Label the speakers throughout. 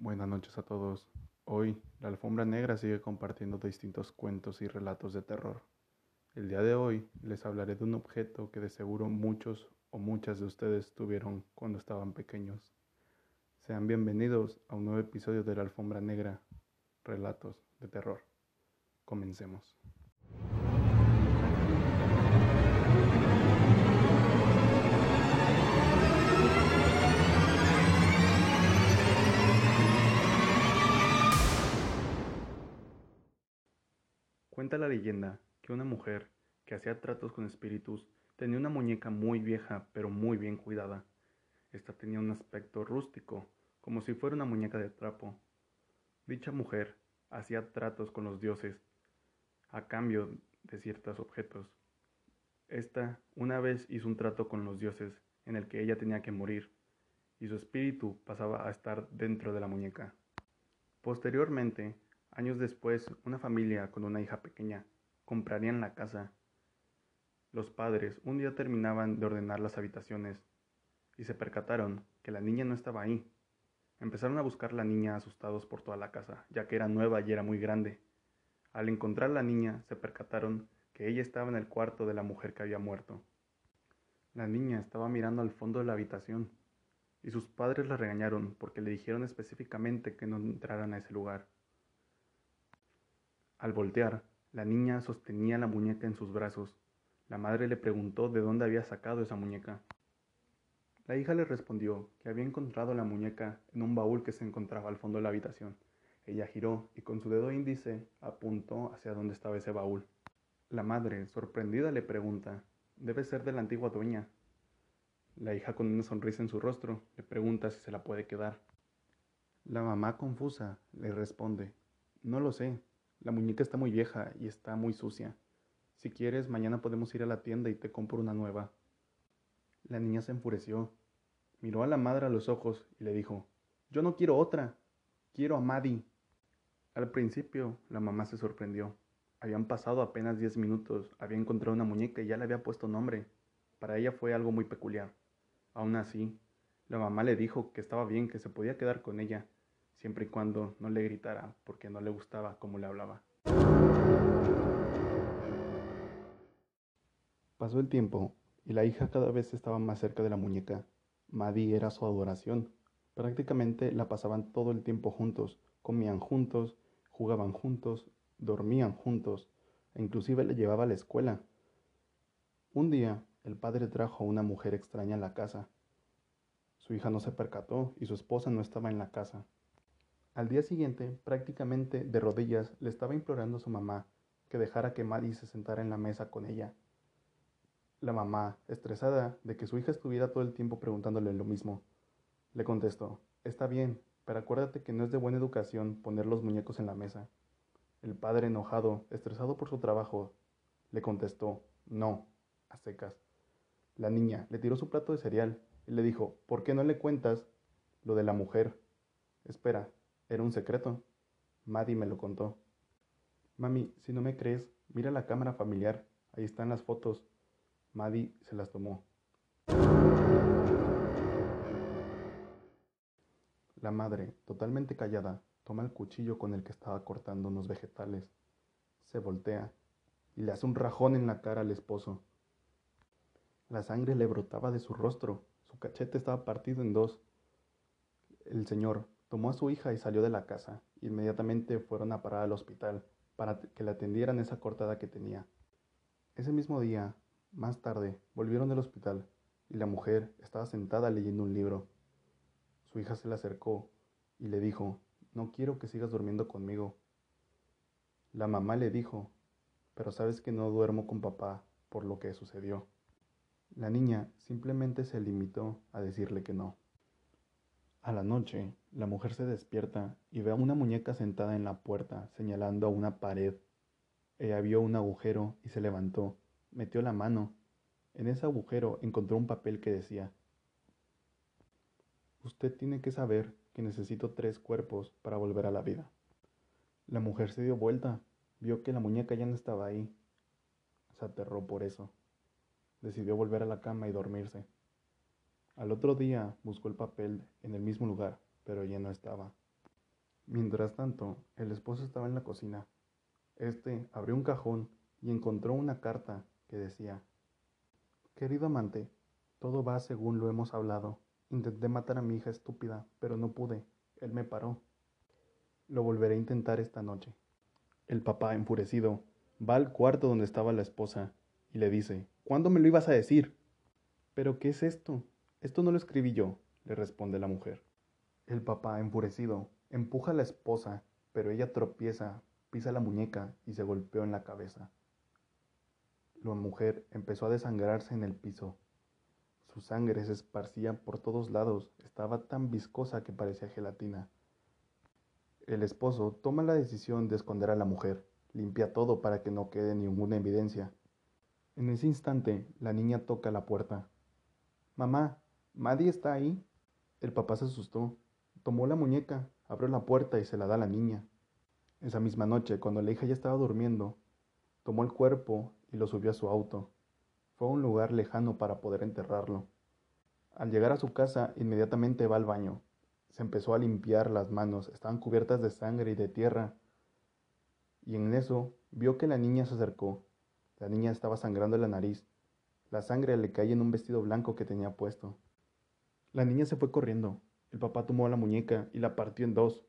Speaker 1: Buenas noches a todos. Hoy, la Alfombra Negra sigue compartiendo distintos cuentos y relatos de terror. El día de hoy les hablaré de un objeto que de seguro muchos o muchas de ustedes tuvieron cuando estaban pequeños. Sean bienvenidos a un nuevo episodio de la Alfombra Negra, Relatos de Terror. Comencemos. Cuenta la leyenda que una mujer que hacía tratos con espíritus tenía una muñeca muy vieja pero muy bien cuidada. Esta tenía un aspecto rústico, como si fuera una muñeca de trapo. Dicha mujer hacía tratos con los dioses a cambio de ciertos objetos. Esta una vez hizo un trato con los dioses en el que ella tenía que morir y su espíritu pasaba a estar dentro de la muñeca. Posteriormente, años después, una familia con una hija pequeña comprarían la casa. Los padres un día terminaban de ordenar las habitaciones y se percataron que la niña no estaba ahí. Empezaron a buscar la niña asustados por toda la casa, ya que era nueva y era muy grande. Al encontrar la niña, se percataron que ella estaba en el cuarto de la mujer que había muerto. La niña estaba mirando al fondo de la habitación y sus padres la regañaron porque le dijeron específicamente que no entraran a ese lugar. Al voltear, la niña sostenía la muñeca en sus brazos. La madre le preguntó de dónde había sacado esa muñeca. La hija le respondió que había encontrado la muñeca en un baúl que se encontraba al fondo de la habitación. Ella giró y con su dedo índice apuntó hacia donde estaba ese baúl. La madre, sorprendida, le pregunta: «Debe ser de la antigua dueña». La hija, con una sonrisa en su rostro, le pregunta si se la puede quedar. La mamá, confusa, le responde: «No lo sé, la muñeca está muy vieja y está muy sucia. Si quieres, mañana podemos ir a la tienda y te compro una nueva». La niña se enfureció, miró a la madre a los ojos y le dijo: «Yo no quiero otra, quiero a Maddie». Al principio, la mamá se sorprendió. Habían pasado apenas 10 minutos, había encontrado una muñeca y ya le había puesto nombre. Para ella fue algo muy peculiar. Aún así, la mamá le dijo que estaba bien, que se podía quedar con ella, siempre y cuando no le gritara porque no le gustaba cómo le hablaba. Pasó el tiempo y la hija cada vez estaba más cerca de la muñeca. Maddie era su adoración. Prácticamente la pasaban todo el tiempo juntos, comían juntos, jugaban juntos, dormían juntos e inclusive le llevaba a la escuela. Un día, el padre trajo a una mujer extraña a la casa. Su hija no se percató y su esposa no estaba en la casa. Al día siguiente, prácticamente de rodillas, le estaba implorando a su mamá que dejara que Maddie se sentara en la mesa con ella. La mamá, estresada de que su hija estuviera todo el tiempo preguntándole lo mismo, le contestó: «Está bien, pero acuérdate que no es de buena educación poner los muñecos en la mesa». El padre, enojado, estresado por su trabajo, le contestó: «No», a secas. La niña le tiró su plato de cereal y le dijo: «¿Por qué no le cuentas lo de la mujer?» «Espera, era un secreto. Maddie me lo contó». «Mami, si no me crees, mira la cámara familiar, ahí están las fotos». Maddie se las tomó. La madre, totalmente callada, toma el cuchillo con el que estaba cortando unos vegetales. Se voltea y le hace un rajón en la cara al esposo. La sangre le brotaba de su rostro, su cachete estaba partido en dos. El señor tomó a su hija y salió de la casa. Inmediatamente fueron a parar al hospital para que le atendieran esa cortada que tenía. Ese mismo día, más tarde, volvieron del hospital y la mujer estaba sentada leyendo un libro. Su hija se le acercó y le dijo: «No quiero que sigas durmiendo conmigo». La mamá le dijo: «Pero sabes que no duermo con papá por lo que sucedió». La niña simplemente se limitó a decirle que no. A la noche, la mujer se despierta y ve a una muñeca sentada en la puerta, señalando a una pared. Ella vio un agujero y se levantó, metió la mano. En ese agujero encontró un papel que decía: «Usted tiene que saber que necesito 3 cuerpos para volver a la vida». La mujer se dio vuelta, vio que la muñeca ya no estaba ahí. Se aterró por eso. Decidió volver a la cama y dormirse. Al otro día buscó el papel en el mismo lugar, pero ya no estaba. Mientras tanto, el esposo estaba en la cocina. Abrió un cajón y encontró una carta que decía: Querido amante, todo va según lo hemos hablado. Intenté matar a mi hija estúpida, pero no pude. Él me paró. Lo volveré a intentar esta noche. El papá, enfurecido, va al cuarto donde estaba la esposa y le dice: ¿Cuándo me lo ibas a decir? ¿Pero qué es esto? Esto no lo escribí yo, le responde la mujer. El papá, enfurecido, empuja a la esposa, pero ella tropieza, pisa la muñeca y se golpeó en la cabeza. La mujer empezó a desangrarse en el piso. Su sangre se esparcía por todos lados, estaba tan viscosa que parecía gelatina. El esposo toma la decisión de esconder a la mujer, limpia todo para que no quede ninguna evidencia. En ese instante, la niña toca la puerta. Mamá, ¿Maddie está ahí? El papá se asustó, tomó la muñeca, abrió la puerta y se la da a la niña. Esa misma noche, cuando la hija ya estaba durmiendo, tomó el cuerpo y lo subió a su auto. Fue a un lugar lejano para poder enterrarlo. Al llegar a su casa, inmediatamente va al baño. Se empezó a limpiar las manos, estaban cubiertas de sangre y de tierra, y en eso vio que la niña se acercó. La niña estaba sangrando la nariz. La sangre le caía en un vestido blanco que tenía puesto. La niña se fue corriendo. El papá tomó la muñeca y la partió en dos.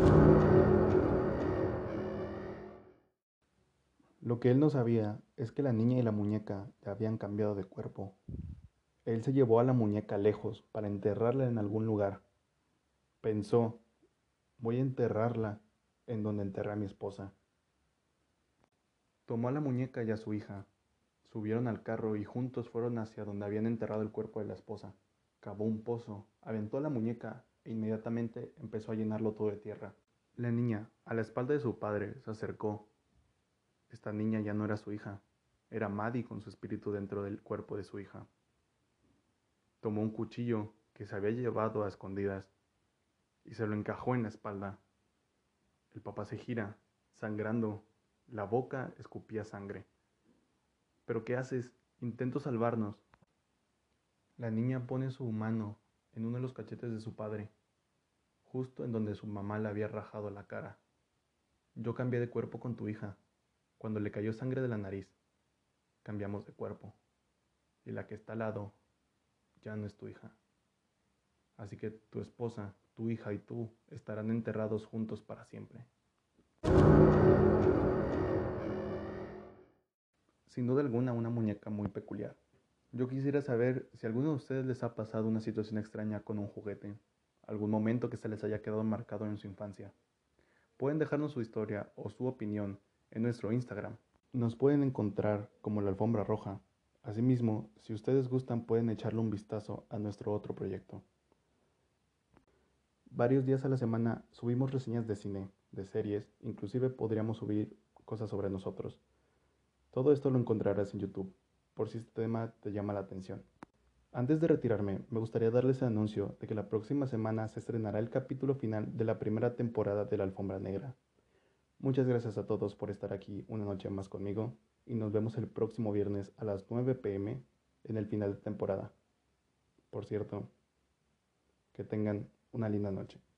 Speaker 1: Lo que él no sabía es que la niña y la muñeca ya habían cambiado de cuerpo. Él se llevó a la muñeca lejos para enterrarla en algún lugar. Pensó: voy a enterrarla en donde enterré a mi esposa. Tomó a la muñeca y a su hija. Subieron al carro y juntos fueron hacia donde habían enterrado el cuerpo de la esposa. Cavó un pozo, aventó la muñeca e inmediatamente empezó a llenarlo todo de tierra. La niña, a la espalda de su padre, se acercó. Esta niña ya no era su hija, era Maddie con su espíritu dentro del cuerpo de su hija. Tomó un cuchillo que se había llevado a escondidas y se lo encajó en la espalda. El papá se gira, sangrando, la boca escupía sangre. ¿Pero qué haces? Intento salvarnos. La niña pone su mano en uno de los cachetes de su padre, justo en donde su mamá le había rajado la cara. Yo cambié de cuerpo con tu hija. Cuando le cayó sangre de la nariz, cambiamos de cuerpo. Y la que está al lado ya no es tu hija. Así que tu esposa, tu hija y tú estarán enterrados juntos para siempre. Sin duda alguna, una muñeca muy peculiar. Yo quisiera saber si a alguno de ustedes les ha pasado una situación extraña con un juguete, algún momento que se les haya quedado marcado en su infancia. Pueden dejarnos su historia o su opinión en nuestro Instagram. Nos pueden encontrar como La Alfombra Roja. Asimismo, si ustedes gustan, pueden echarle un vistazo a nuestro otro proyecto. Varios días a la semana subimos reseñas de cine, de series, inclusive podríamos subir cosas sobre nosotros. Todo esto lo encontrarás en YouTube, por si este tema te llama la atención. Antes de retirarme, me gustaría darles el anuncio de que la próxima semana se estrenará el capítulo final de la primera temporada de La Alfombra Negra. Muchas gracias a todos por estar aquí una noche más conmigo y nos vemos el próximo viernes a las 9 p.m. en el final de temporada. Por cierto, que tengan una linda noche.